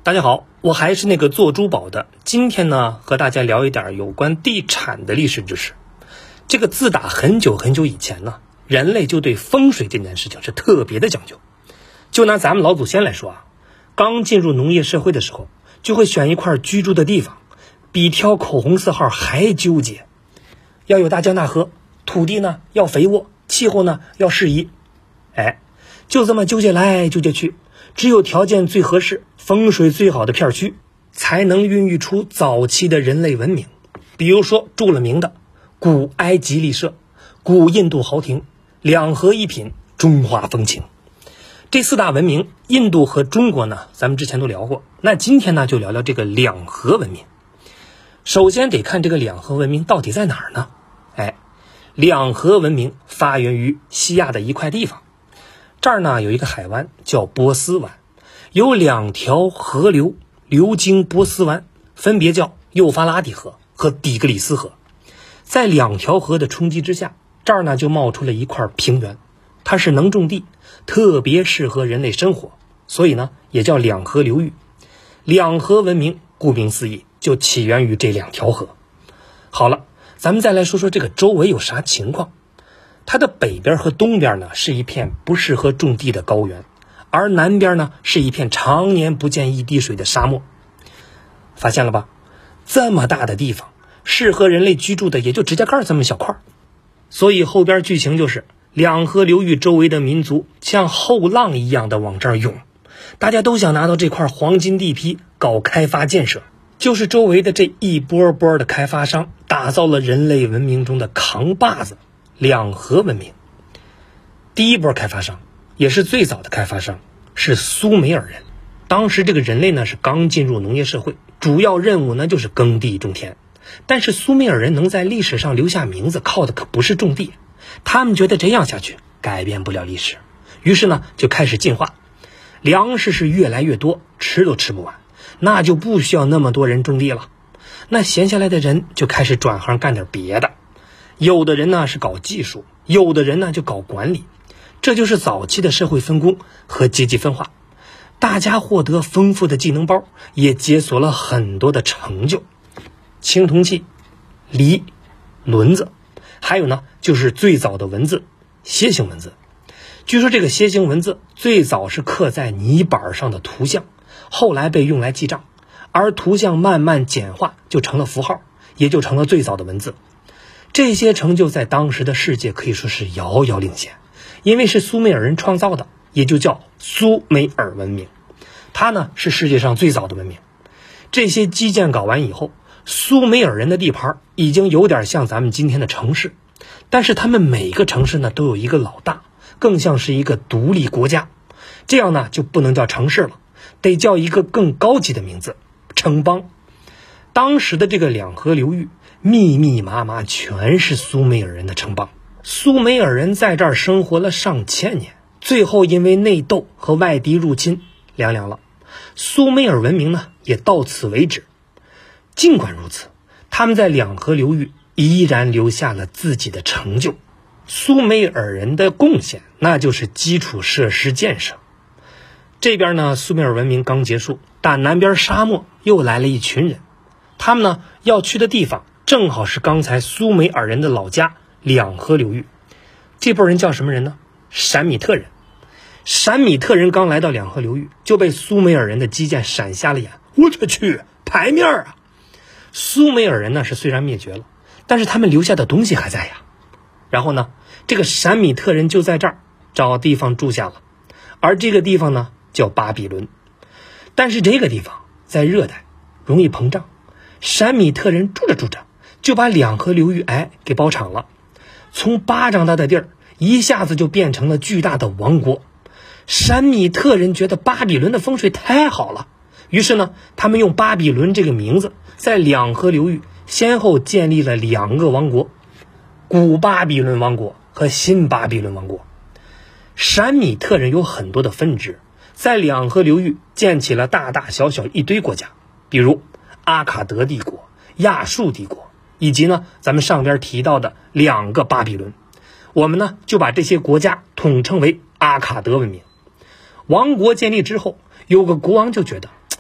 大家好，我还是那个做珠宝的。今天呢，和大家聊一点有关地产的历史知识。这个自打很久很久以前呢，人类就对风水这件事情是特别的讲究。就拿咱们老祖先来说啊，刚进入农业社会的时候，就会选一块居住的地方，比挑口红色号还纠结。要有大江大河，土地呢要肥沃，气候呢要适宜。就这么纠结来纠结去，只有条件最合适、风水最好的片区，才能孕育出早期的人类文明。比如说著了名的古埃及丽舍、古印度豪庭、两河一品、中华风情。这四大文明，印度和中国呢，咱们之前都聊过。那今天呢，就聊聊这个两河文明。首先得看这个两河文明到底在哪儿呢？两河文明发源于西亚的一块地方。这儿呢有一个海湾叫波斯湾，有两条河流流经波斯湾，分别叫幼发拉底河和底格里斯河。在两条河的冲击之下，这儿呢就冒出了一块平原，它是能种地，特别适合人类生活，所以呢也叫两河流域。两河文明顾名思义就起源于这两条河。好了，咱们再来说说这个周围有啥情况。它的北边和东边呢是一片不适合种地的高原，而南边呢是一片常年不见一滴水的沙漠。发现了吧？这么大的地方，适合人类居住的也就指甲盖这么小块。所以后边剧情就是两河流域周围的民族像后浪一样的往这儿涌，大家都想拿到这块黄金地皮搞开发建设。就是周围的这一波波的开发商打造了人类文明中的扛把子两河文明。第一波开发商也是最早的开发商是苏美尔人。当时这个人类呢是刚进入农业社会，主要任务呢就是耕地种田。但是苏美尔人能在历史上留下名字，靠的可不是种地，他们觉得这样下去改变不了历史，于是呢就开始进化。粮食是越来越多，吃都吃不完，那就不需要那么多人种地了。那闲下来的人就开始转行干点别的，有的人呢是搞技术，有的人呢就搞管理。这就是早期的社会分工和阶级分化。大家获得丰富的技能包，也解锁了很多的成就。青铜器、犁、轮子，还有呢就是最早的文字楔形文字。据说这个楔形文字最早是刻在泥板上的图像，后来被用来记账，而图像慢慢简化就成了符号，也就成了最早的文字。这些成就在当时的世界可以说是遥遥领先，因为是苏美尔人创造的，也就叫苏美尔文明。它呢是世界上最早的文明。这些基建搞完以后，苏美尔人的地盘已经有点像咱们今天的城市，但是他们每个城市呢都有一个老大，更像是一个独立国家。这样呢就不能叫城市了，得叫一个更高级的名字，城邦。当时的这个两河流域密密麻麻全是苏美尔人的城邦。苏美尔人在这儿生活了上千年，最后因为内斗和外敌入侵凉凉了，苏美尔文明呢也到此为止。尽管如此，他们在两河流域依然留下了自己的成就。苏美尔人的贡献那就是基础设施建设。这边呢苏美尔文明刚结束，但南边沙漠又来了一群人。他们呢要去的地方正好是刚才苏美尔人的老家两河流域。这波人叫什么人呢？闪米特人。闪米特人刚来到两河流域，就被苏美尔人的基建闪瞎了眼。我这去，牌面啊！苏美尔人呢是虽然灭绝了，但是他们留下的东西还在呀。然后呢，这个闪米特人就在这儿找地方住下了，而这个地方呢叫巴比伦。但是这个地方在热带，容易膨胀。闪米特人住着住着就把两河流域给包场了，从巴掌大的地儿一下子就变成了巨大的王国。闪米特人觉得巴比伦的风水太好了，于是呢他们用巴比伦这个名字在两河流域先后建立了两个王国，古巴比伦王国和新巴比伦王国。闪米特人有很多的分支，在两河流域建起了大大小小一堆国家，比如阿卡德帝国、亚述帝国，以及呢咱们上边提到的两个巴比伦。我们呢就把这些国家统称为阿卡德文明。王国建立之后，有个国王就觉得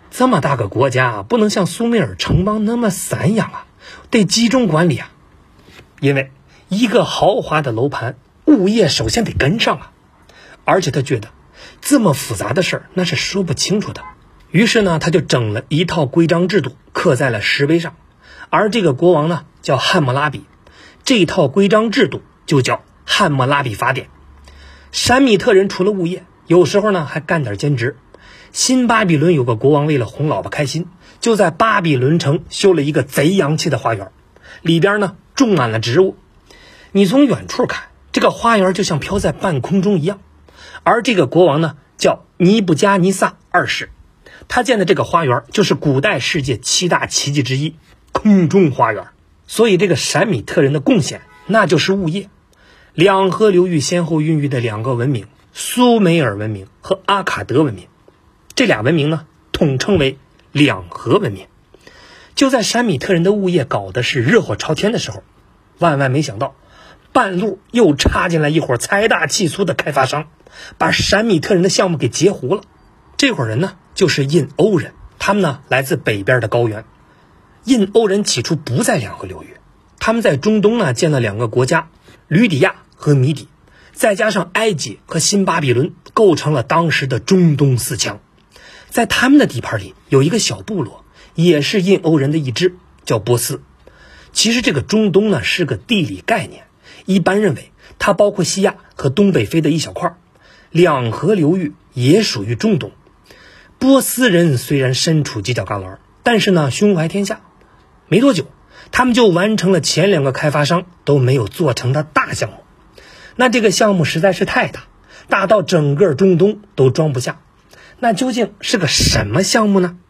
这么大个国家不能像苏美尔城邦那么散养啊，得集中管理啊。因为一个豪华的楼盘，物业首先得跟上啊。而且他觉得这么复杂的事儿那是说不清楚的，于是呢他就整了一套规章制度刻在了石碑上。而这个国王呢叫汉谟拉比，这套规章制度就叫汉谟拉比法典。闪米特人除了物业，有时候呢还干点兼职。新巴比伦有个国王为了哄老婆开心，就在巴比伦城修了一个贼洋气的花园，里边呢种满了植物。你从远处看，这个花园就像飘在半空中一样。而这个国王呢叫尼布加尼撒二世，他建的这个花园就是古代世界7大奇迹之一，空中花园。所以这个闪米特人的贡献那就是物业。两河流域先后孕育的2个文明，苏美尔文明和阿卡德文明，这俩文明呢统称为两河文明。就在闪米特人的物业搞的是热火朝天的时候，万万没想到半路又插进来一伙财大气粗的开发商，把闪米特人的项目给截胡了。这伙人呢就是印欧人，他们呢来自北边的高原。印欧人起初不在两河流域，他们在中东呢建了2个国家，吕底亚和米底，再加上埃及和新巴比伦，构成了当时的中东4强。在他们的地盘里有一个小部落，也是印欧人的一支，叫波斯。其实这个中东呢是个地理概念，一般认为它包括西亚和东北非的一小块，两河流域也属于中东。波斯人虽然身处犄角旮旯，但是呢胸怀天下。没多久，他们就完成了前2个开发商都没有做成的大项目。那这个项目实在是太大，大到整个中东都装不下。那究竟是个什么项目呢？